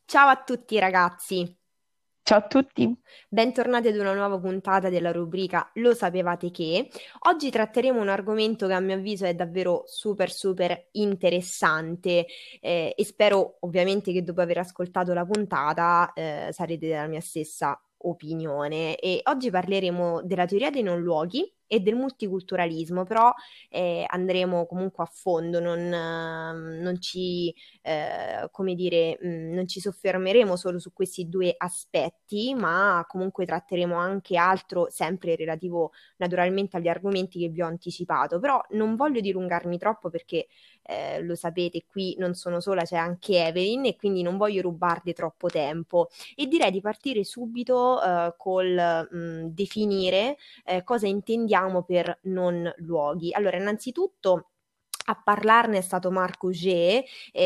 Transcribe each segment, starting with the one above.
Ciao a tutti ragazzi, Ciao a tutti. bentornati ad una nuova puntata della rubrica Lo sapevate che? Oggi tratteremo un argomento che a mio avviso è davvero super interessante e spero ovviamente che dopo aver ascoltato la puntata sarete della mia stessa opinione. E oggi parleremo della teoria dei non luoghi e del multiculturalismo, però andremo comunque a fondo, non ci come dire, non ci soffermeremo solo su questi due aspetti, ma comunque tratteremo anche altro, sempre relativo naturalmente agli argomenti che vi ho anticipato. Però non voglio dilungarmi troppo perché lo sapete, qui non sono sola, c'è anche Evelyn e quindi non voglio rubarle troppo tempo. E direi di partire subito col definire cosa intendiamo per non luoghi. Allora, innanzitutto a parlarne è stato Marc Augé,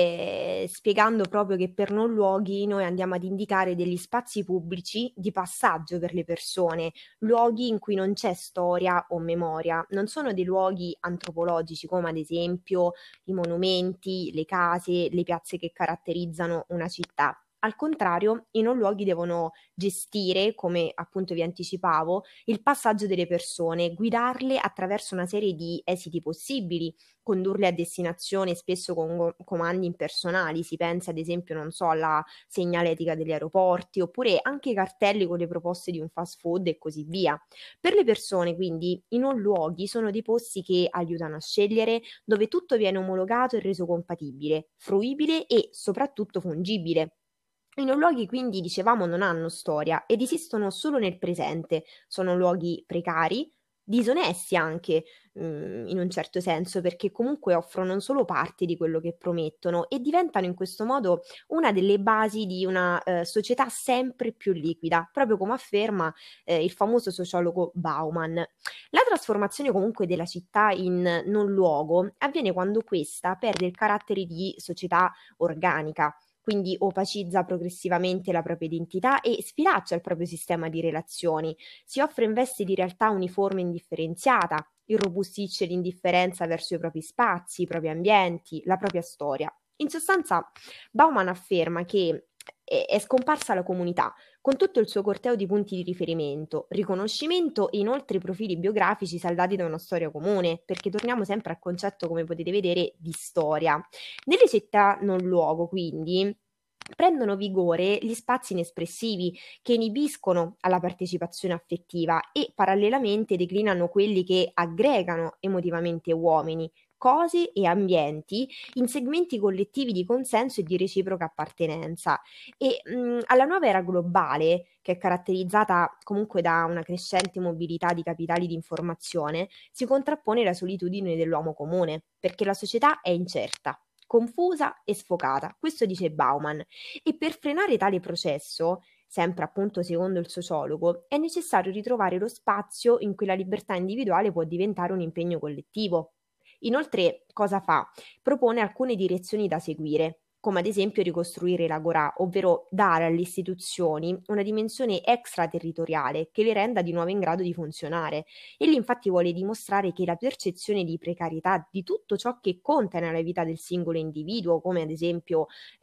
spiegando proprio che per non luoghi noi andiamo ad indicare degli spazi pubblici di passaggio per le persone, luoghi in cui non c'è storia o memoria, non sono dei luoghi antropologici come ad esempio i monumenti, le case, le piazze che caratterizzano una città. Al contrario, i non luoghi devono gestire, come appunto vi anticipavo, il passaggio delle persone, guidarle attraverso una serie di esiti possibili, condurle a destinazione spesso con comandi impersonali, si pensa ad esempio, non so, alla segnaletica degli aeroporti, oppure anche i cartelli con le proposte di un fast food e così via. Per le persone, quindi, i non luoghi sono dei posti che aiutano a scegliere, dove tutto viene omologato e reso compatibile, fruibile e soprattutto fungibile. I non luoghi, quindi, dicevamo, non hanno storia ed esistono solo nel presente. Sono luoghi precari, disonesti anche, in un certo senso, perché comunque offrono non solo parte di quello che promettono e diventano in questo modo una delle basi di una società sempre più liquida, proprio come afferma il famoso sociologo Bauman. La trasformazione comunque della città in non luogo avviene quando questa perde il carattere di società organica, quindi opacizza progressivamente la propria identità e sfilaccia il proprio sistema di relazioni. Si offre in veste di realtà uniforme e indifferenziata, irrobustisce l'indifferenza verso i propri spazi, i propri ambienti, la propria storia. In sostanza, Bauman afferma che è scomparsa la comunità, con tutto il suo corteo di punti di riferimento, riconoscimento e inoltre i profili biografici saldati da una storia comune, perché torniamo sempre al concetto, come potete vedere, di storia. Nelle città non luogo, quindi, prendono vigore gli spazi inespressivi che inibiscono alla partecipazione affettiva e parallelamente declinano quelli che aggregano emotivamente uomini, cose e ambienti in segmenti collettivi di consenso e di reciproca appartenenza. E alla nuova era globale, che è caratterizzata comunque da una crescente mobilità di capitali di informazione, si contrappone la solitudine dell'uomo comune, perché la società è incerta, confusa e sfocata. Questo dice Bauman. E per frenare tale processo, sempre appunto secondo il sociologo, è necessario ritrovare lo spazio in cui la libertà individuale può diventare un impegno collettivo. Inoltre, cosa fa? Propone alcune direzioni da seguire, come ad esempio ricostruire l'agorà, ovvero dare alle istituzioni una dimensione extraterritoriale che le renda di nuovo in grado di funzionare. Egli infatti vuole dimostrare che la percezione di precarietà di tutto ciò che conta nella vita del singolo individuo, come ad esempio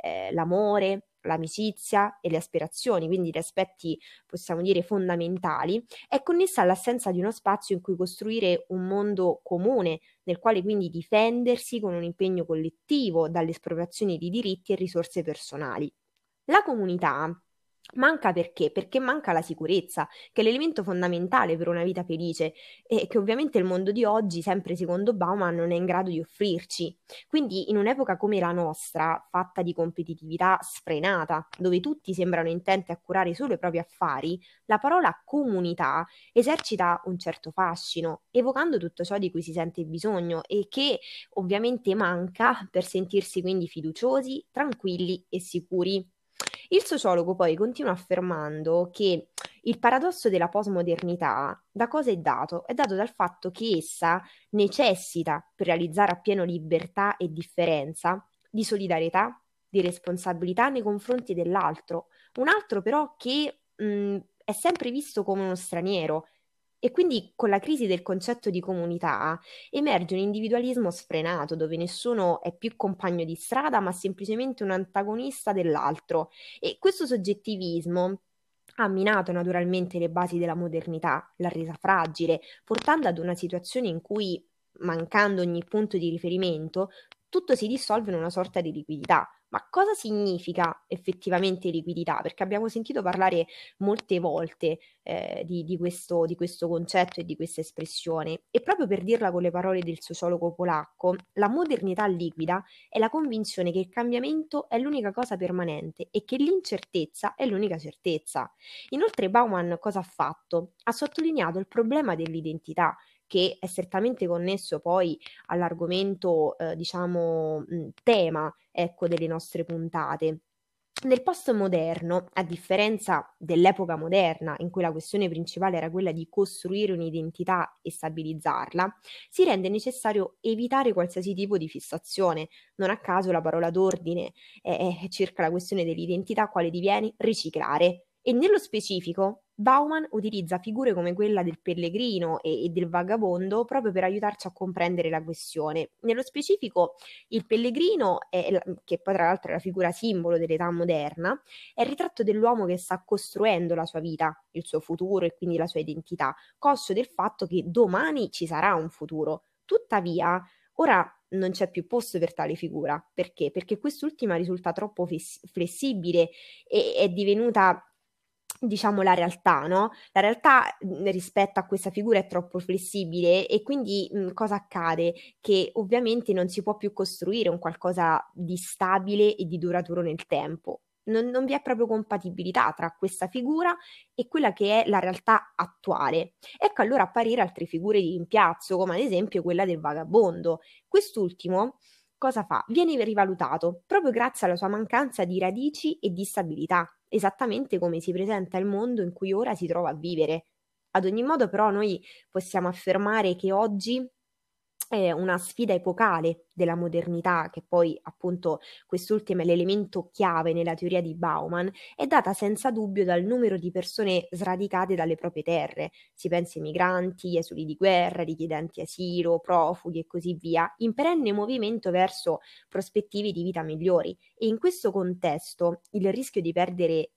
l'amore, l'amicizia e le aspirazioni, quindi gli aspetti possiamo dire fondamentali, è connessa all'assenza di uno spazio in cui costruire un mondo comune, nel quale quindi difendersi con un impegno collettivo dalle di diritti e risorse personali. La comunità manca perché? Perché manca la sicurezza, che è l'elemento fondamentale per una vita felice e che ovviamente il mondo di oggi, sempre secondo Bauman, non è in grado di offrirci. Quindi in un'epoca come la nostra, fatta di competitività sfrenata, dove tutti sembrano intenti a curare solo i propri affari, la parola comunità esercita un certo fascino, evocando tutto ciò di cui si sente bisogno e che ovviamente manca per sentirsi quindi fiduciosi, tranquilli e sicuri. Il sociologo poi continua affermando che il paradosso della postmodernità da cosa è dato? È dato dal fatto che essa necessita, per realizzare appieno libertà e differenza, di solidarietà, di responsabilità nei confronti dell'altro, un altro però che è sempre visto come uno straniero E quindi con la crisi del concetto di comunità emerge un individualismo sfrenato, dove nessuno è più compagno di strada, ma semplicemente un antagonista dell'altro. E questo soggettivismo ha minato naturalmente le basi della modernità, l'ha resa fragile, portando ad una situazione in cui, mancando ogni punto di riferimento, tutto si dissolve in una sorta di liquidità. Ma cosa significa effettivamente liquidità? Perché abbiamo sentito parlare molte volte di questo concetto e di questa espressione. E proprio per dirla con le parole del sociologo polacco, la modernità liquida è la convinzione che il cambiamento è l'unica cosa permanente e che l'incertezza è l'unica certezza. Inoltre Bauman cosa ha fatto? Ha sottolineato il problema dell'identità, che è strettamente connesso poi all'argomento, diciamo, tema, ecco, delle nostre puntate. Nel postmoderno, a differenza dell'epoca moderna, in cui la questione principale era quella di costruire un'identità e stabilizzarla, si rende necessario evitare qualsiasi tipo di fissazione. Non a caso la parola d'ordine è circa la questione dell'identità, quale diviene riciclare. E nello specifico, Bauman utilizza figure come quella del pellegrino e del vagabondo proprio per aiutarci a comprendere la questione. Nello specifico, il pellegrino, che poi tra l'altro è la figura simbolo dell'età moderna, è il ritratto dell'uomo che sta costruendo la sua vita, il suo futuro e quindi la sua identità, conscio del fatto che domani ci sarà un futuro. Tuttavia, ora non c'è più posto per tale figura. Perché? Perché quest'ultima risulta troppo flessibile e è divenuta, diciamo, la realtà, no? La realtà rispetto a questa figura è troppo flessibile e quindi cosa accade? Che ovviamente non si può più costruire un qualcosa di stabile e di duraturo nel tempo. Non vi è proprio compatibilità tra questa figura e quella che è la realtà attuale. Ecco allora apparire altre figure di rimpiazzo, come ad esempio quella del vagabondo. Quest'ultimo cosa fa? Viene rivalutato proprio grazie alla sua mancanza di radici e di stabilità, esattamente come si presenta il mondo in cui ora si trova a vivere. Ad ogni modo, però, noi possiamo affermare che oggi è una sfida epocale della modernità, che poi appunto quest'ultimo è l'elemento chiave nella teoria di Bauman, è data senza dubbio dal numero di persone sradicate dalle proprie terre. Si pensi ai migranti, esuli di guerra, richiedenti asilo, profughi e così via, in perenne movimento verso prospettive di vita migliori. E in questo contesto il rischio di perdere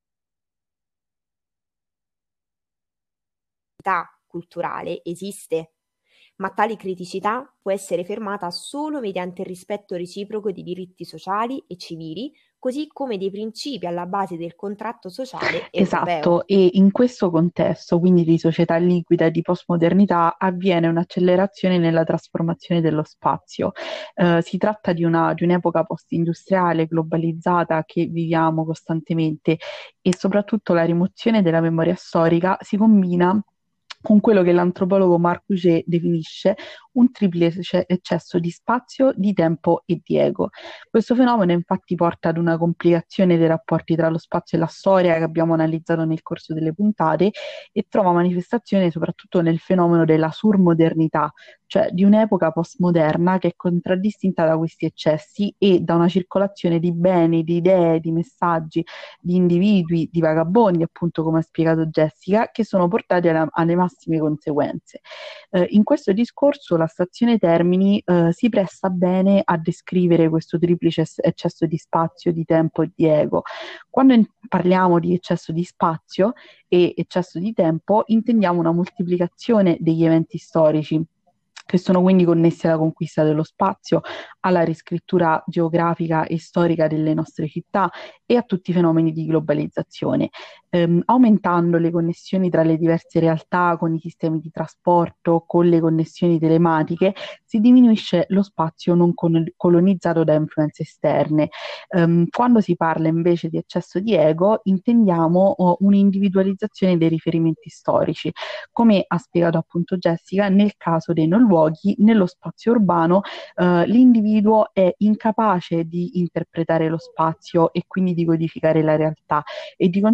identità culturale esiste, ma tale criticità può essere fermata solo mediante il rispetto reciproco di diritti sociali e civili, così come dei principi alla base del contratto sociale europeo. Esatto, e in questo contesto, quindi di società liquida e di postmodernità, avviene un'accelerazione nella trasformazione dello spazio. Si tratta di un'epoca post-industriale, globalizzata, che viviamo costantemente e soprattutto la rimozione della memoria storica si combina con quello che l'antropologo Marc Auger definisce un triplice eccesso di spazio, di tempo e di ego. Questo fenomeno infatti porta ad una complicazione dei rapporti tra lo spazio e la storia che abbiamo analizzato nel corso delle puntate e trova manifestazione soprattutto nel fenomeno della surmodernità, cioè di un'epoca postmoderna che è contraddistinta da questi eccessi e da una circolazione di beni, di idee, di messaggi, di individui, di vagabondi, appunto come ha spiegato Jessica, che sono portati alle massime conseguenze. In questo discorso la stazione Termini si presta bene a descrivere questo triplice eccesso di spazio, di tempo e di ego. Quando parliamo di eccesso di spazio e eccesso di tempo, intendiamo una moltiplicazione degli eventi storici che sono quindi connessi alla conquista dello spazio, alla riscrittura geografica e storica delle nostre città e a tutti i fenomeni di globalizzazione, aumentando le connessioni tra le diverse realtà con i sistemi di trasporto, con le connessioni telematiche, si diminuisce lo spazio non colonizzato da influenze esterne. Quando si parla invece di eccesso di ego, intendiamo un'individualizzazione dei riferimenti storici. Come ha spiegato appunto Jessica, nel caso dei non luoghi, nello spazio urbano, l'individuo è incapace di interpretare lo spazio e quindi di codificare la realtà e di conseguenza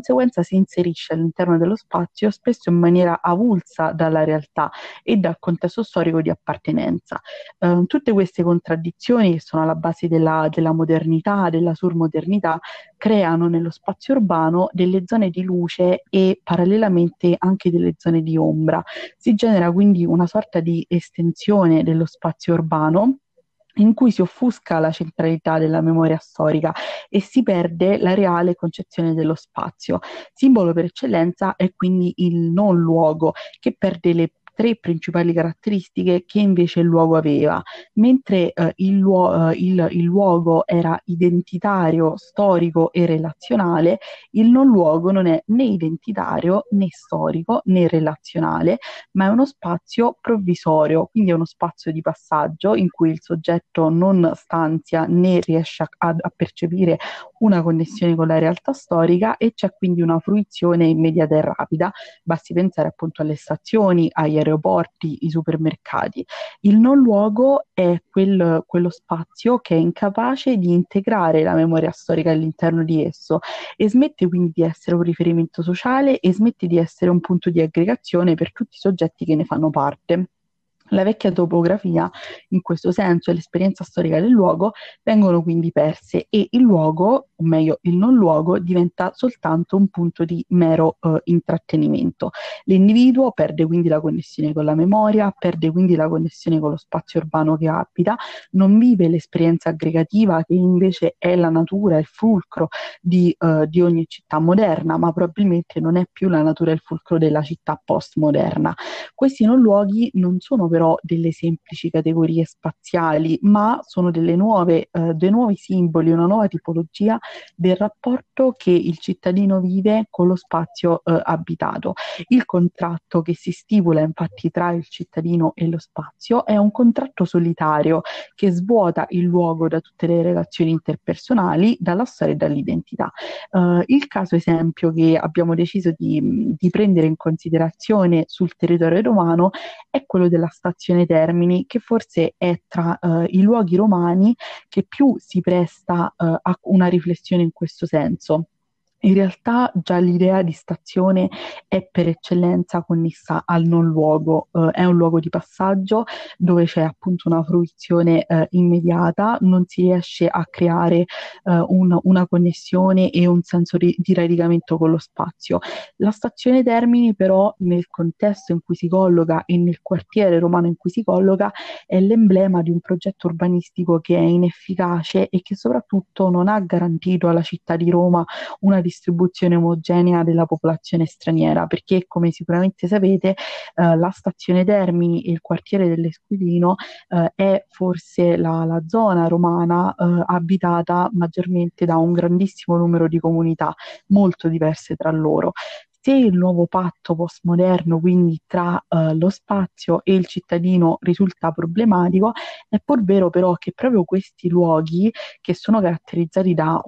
si inserisce all'interno dello spazio spesso in maniera avulsa dalla realtà e dal contesto storico di appartenenza. Tutte queste contraddizioni che sono alla base della modernità, della surmodernità, creano nello spazio urbano delle zone di luce e parallelamente anche delle zone di ombra. Si genera quindi una sorta di estensione dello spazio urbano in cui si offusca la centralità della memoria storica e si perde la reale concezione dello spazio. Simbolo per eccellenza è quindi il non luogo, che perde le tre principali caratteristiche che invece il luogo aveva. Mentre il luogo era identitario, storico e relazionale, il non luogo non è né identitario né storico né relazionale, ma è uno spazio provvisorio, quindi è uno spazio di passaggio in cui il soggetto non stanzia né riesce a percepire una connessione con la realtà storica e c'è quindi una fruizione immediata e rapida. Basti pensare appunto alle stazioni, agli aeroporti, ai supermercati. Il non luogo è quello spazio che è incapace di integrare la memoria storica all'interno di esso e smette quindi di essere un riferimento sociale e smette di essere un punto di aggregazione per tutti i soggetti che ne fanno parte. La vecchia topografia, in questo senso, e l'esperienza storica del luogo vengono quindi perse e il luogo, o meglio il non luogo, diventa soltanto un punto di mero intrattenimento. L'individuo perde quindi la connessione con la memoria, perde quindi la connessione con lo spazio urbano che abita, non vive l'esperienza aggregativa che invece è la natura, il fulcro di ogni città moderna, ma probabilmente non è più la natura e il fulcro della città postmoderna. Questi non luoghi non sono però delle semplici categorie spaziali, ma sono dei nuovi simboli, una nuova tipologia del rapporto che il cittadino vive con lo spazio abitato. Il contratto che si stipula infatti tra il cittadino e lo spazio è un contratto solitario che svuota il luogo da tutte le relazioni interpersonali, dalla storia e dall'identità. Il caso esempio che abbiamo deciso di prendere in considerazione sul territorio romano è quello della stazione Termini, che forse è tra i luoghi romani che più si presta a una riflessione in questo senso. In realtà già l'idea di stazione è per eccellenza connessa al non luogo, è un luogo di passaggio dove c'è appunto una fruizione immediata, non si riesce a creare una connessione e un senso di radicamento con lo spazio. La stazione Termini però nel contesto in cui si colloca e nel quartiere romano in cui si colloca è l'emblema di un progetto urbanistico che è inefficace e che soprattutto non ha garantito alla città di Roma una distribuzione omogenea della popolazione straniera, perché come sicuramente sapete la stazione Termini e il quartiere dell'Esquilino è forse la zona romana abitata maggiormente da un grandissimo numero di comunità molto diverse tra loro. Se il nuovo patto postmoderno, quindi tra lo spazio e il cittadino, risulta problematico, è pur vero però che proprio questi luoghi, che sono caratterizzati da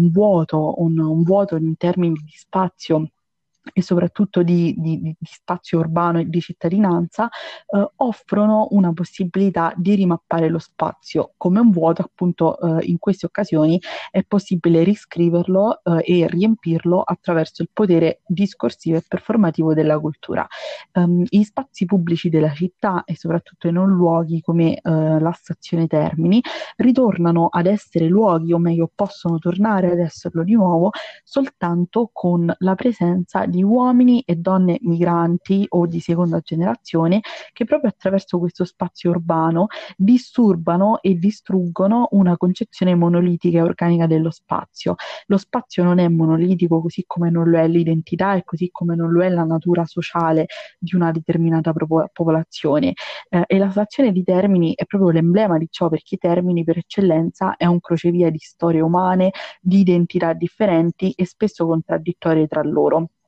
un vuoto in termini di spazio e soprattutto di spazio urbano e di cittadinanza, offrono una possibilità di rimappare lo spazio come un vuoto, appunto in queste occasioni è possibile riscriverlo e riempirlo attraverso il potere discorsivo e performativo della cultura. Gli spazi pubblici della città e soprattutto i non luoghi come la stazione Termini ritornano ad essere luoghi, o meglio possono tornare ad esserlo di nuovo, soltanto con la presenza di uomini e donne migranti o di seconda generazione che proprio attraverso questo spazio urbano disturbano e distruggono una concezione monolitica e organica dello spazio. Lo spazio non è monolitico, così come non lo è l'identità e così come non lo è la natura sociale di una determinata popolazione. E la stazione di Termini è proprio l'emblema di ciò, perché Termini per eccellenza è un crocevia di storie umane, di identità differenti e spesso contraddittorie tra loro.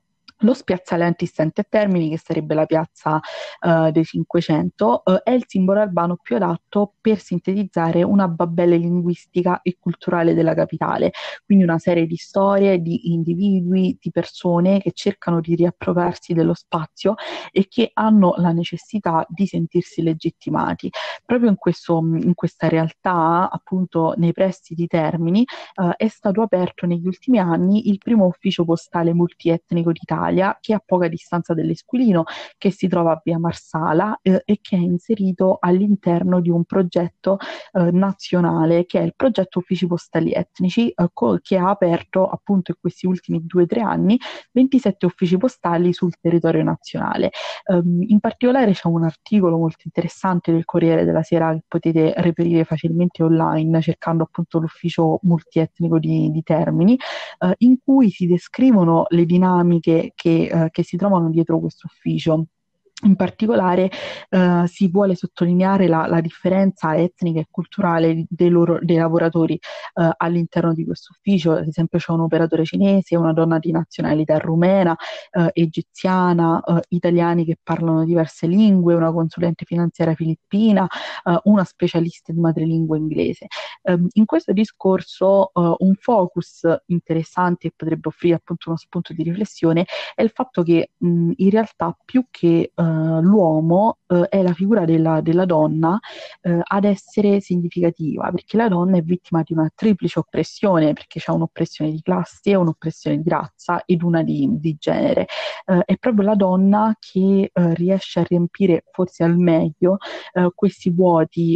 Lo spiazzale antistante a Termini, che sarebbe la piazza dei 500, è il simbolo albano più adatto per sintetizzare una babele linguistica e culturale della capitale, quindi una serie di storie, di individui, di persone che cercano di riappropriarsi dello spazio e che hanno la necessità di sentirsi legittimati. Proprio in questa realtà, appunto nei pressi di Termini, è stato aperto negli ultimi anni il primo ufficio postale multietnico d'Italia, che è a poca distanza dell'Esquilino, che si trova a via Marsala, e che è inserito all'interno di un progetto nazionale, che è il progetto Uffici Postali Etnici, che ha aperto appunto in questi ultimi 2 o 3 anni 27 uffici postali sul territorio nazionale. In particolare c'è un articolo molto interessante del Corriere della Sera che potete reperire facilmente online cercando appunto l'ufficio multietnico di Termini, in cui si descrivono le dinamiche che si trovano dietro questo ufficio. In particolare si vuole sottolineare la differenza etnica e culturale dei lavoratori all'interno di questo ufficio. Ad esempio c'è un operatore cinese, una donna di nazionalità rumena, egiziana, italiani che parlano diverse lingue, una consulente finanziaria filippina, una specialista di madrelingua inglese. In questo discorso un focus interessante che potrebbe offrire appunto uno spunto di riflessione è il fatto che in realtà più che l'uomo è la figura della donna ad essere significativa, perché la donna è vittima di una triplice oppressione, perché c'è un'oppressione di classe, un'oppressione di razza ed una di genere. È proprio la donna che riesce a riempire forse al meglio questi vuoti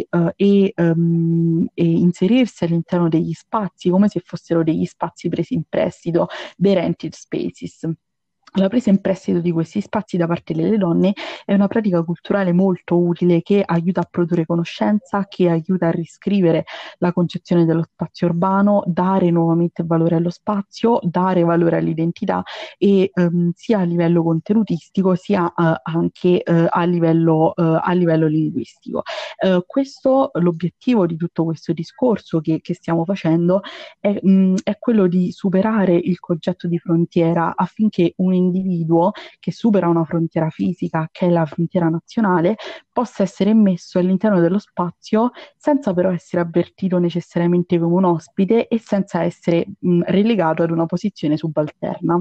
e inserirsi all'interno degli spazi come se fossero degli spazi presi in prestito, dei rented spaces. La presa in prestito di questi spazi da parte delle donne è una pratica culturale molto utile che aiuta a produrre conoscenza, che aiuta a riscrivere la concezione dello spazio urbano, dare nuovamente valore allo spazio, dare valore all'identità e sia a livello contenutistico sia anche a livello linguistico. Questo, l'obiettivo di tutto questo discorso che stiamo facendo è quello di superare il concetto di frontiera affinché un individuo che supera una frontiera fisica, che è la frontiera nazionale, possa essere messo all'interno dello spazio senza però essere avvertito necessariamente come un ospite e senza essere relegato ad una posizione subalterna.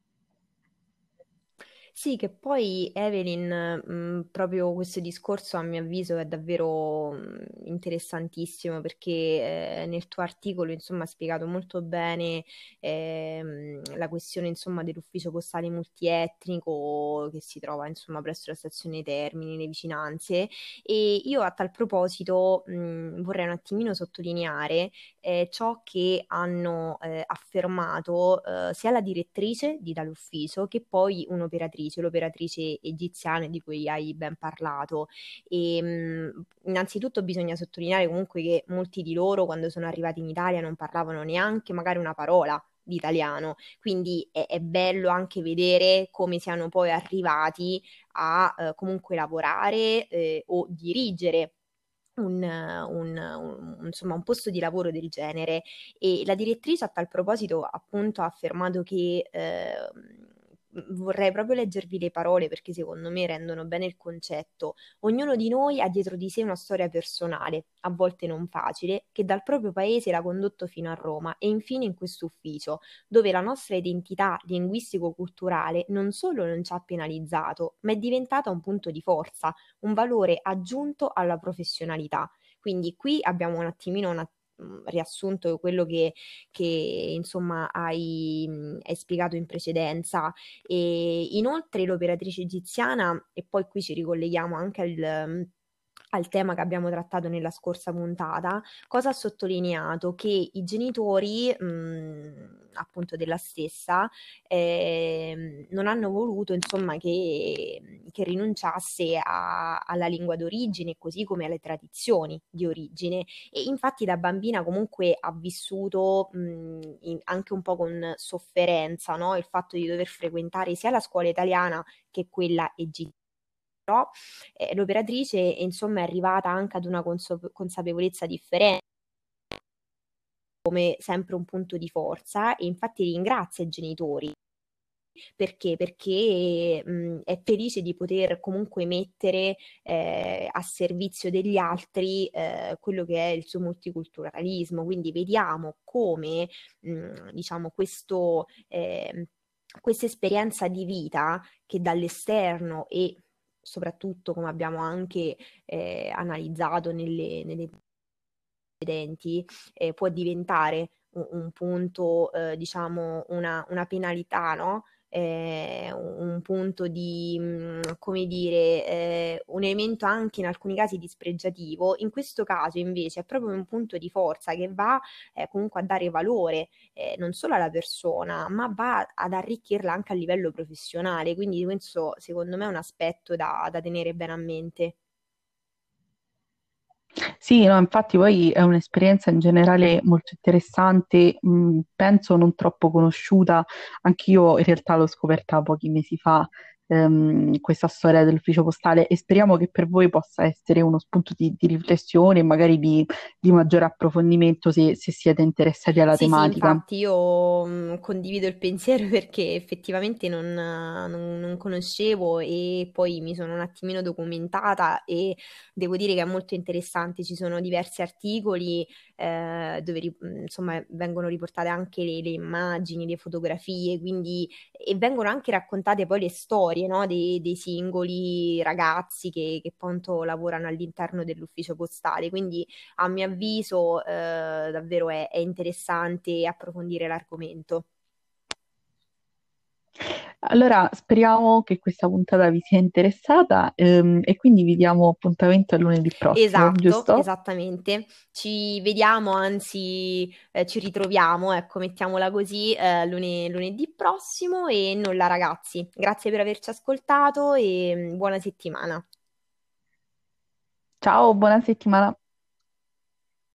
Sì, che poi Evelyn, proprio questo discorso a mio avviso è davvero interessantissimo perché nel tuo articolo insomma hai spiegato molto bene la questione insomma dell'ufficio postale multietnico che si trova insomma presso la stazione Termini, le vicinanze e io a tal proposito vorrei un attimino sottolineare ciò che hanno affermato sia la direttrice di tale ufficio che poi un'operatrice, l'operatrice egiziana di cui hai ben parlato. E, innanzitutto bisogna sottolineare comunque che molti di loro quando sono arrivati in Italia non parlavano neanche magari una parola di italiano, quindi è bello anche vedere come siano poi arrivati a comunque lavorare o dirigere insomma, un posto di lavoro del genere e la direttrice a tal proposito appunto ha affermato che vorrei proprio leggervi le parole perché secondo me rendono bene il concetto. Ognuno di noi ha dietro di sé una storia personale, a volte non facile, che dal proprio paese l'ha condotto fino a Roma e infine in questo ufficio, dove la nostra identità linguistico-culturale non solo non ci ha penalizzato, ma è diventata un punto di forza, un valore aggiunto alla professionalità. Quindi qui abbiamo un attimino riassunto di quello che insomma hai spiegato in precedenza e inoltre l'operatrice egiziana e poi qui ci ricolleghiamo anche al tema che abbiamo trattato nella scorsa puntata, cosa ha sottolineato? Che i genitori, appunto della stessa, non hanno voluto, insomma, che rinunciasse alla lingua d'origine, così come alle tradizioni di origine. E infatti da bambina comunque ha vissuto, anche un po' con sofferenza, no? Il fatto di dover frequentare sia la scuola italiana che quella egiziana. Però l'operatrice insomma è arrivata anche ad una consapevolezza differente come sempre un punto di forza e infatti ringrazia i genitori Perché? Perché è felice di poter comunque mettere a servizio degli altri quello che è il suo multiculturalismo. Quindi vediamo come, diciamo, questa esperienza di vita che dall'esterno e soprattutto, come abbiamo anche analizzato nelle precedenti, può diventare un punto, diciamo, una penalità, no? Un punto di, come dire, un elemento anche in alcuni casi dispregiativo. In questo caso invece è proprio un punto di forza che va comunque a dare valore non solo alla persona, ma va ad arricchirla anche a livello professionale. Quindi questo secondo me è un aspetto da tenere bene a mente. Sì, no, infatti poi è un'esperienza in generale molto interessante, penso non troppo conosciuta, anch'io in realtà l'ho scoperta pochi mesi fa, questa storia dell'ufficio postale e speriamo che per voi possa essere uno spunto di riflessione e magari di maggiore approfondimento se siete interessati alla Sì, sì, tematica. infatti io condivido il pensiero perché effettivamente non conoscevo e poi mi sono un attimino documentata e devo dire che è molto interessante. Ci sono diversi articoli dove insomma vengono riportate anche le immagini, le fotografie, quindi e vengono anche raccontate poi le storie, no, dei singoli ragazzi che appunto lavorano all'interno dell'ufficio postale. Quindi a mio avviso, davvero è interessante approfondire l'argomento. Allora, speriamo che questa puntata vi sia interessata, e quindi vi diamo appuntamento a lunedì prossimo, Esatto, giusto? esattamente. Ci vediamo, anzi, ci ritroviamo, ecco, mettiamola così, lunedì prossimo e nulla, ragazzi. Grazie per averci ascoltato e buona settimana. Ciao, buona settimana.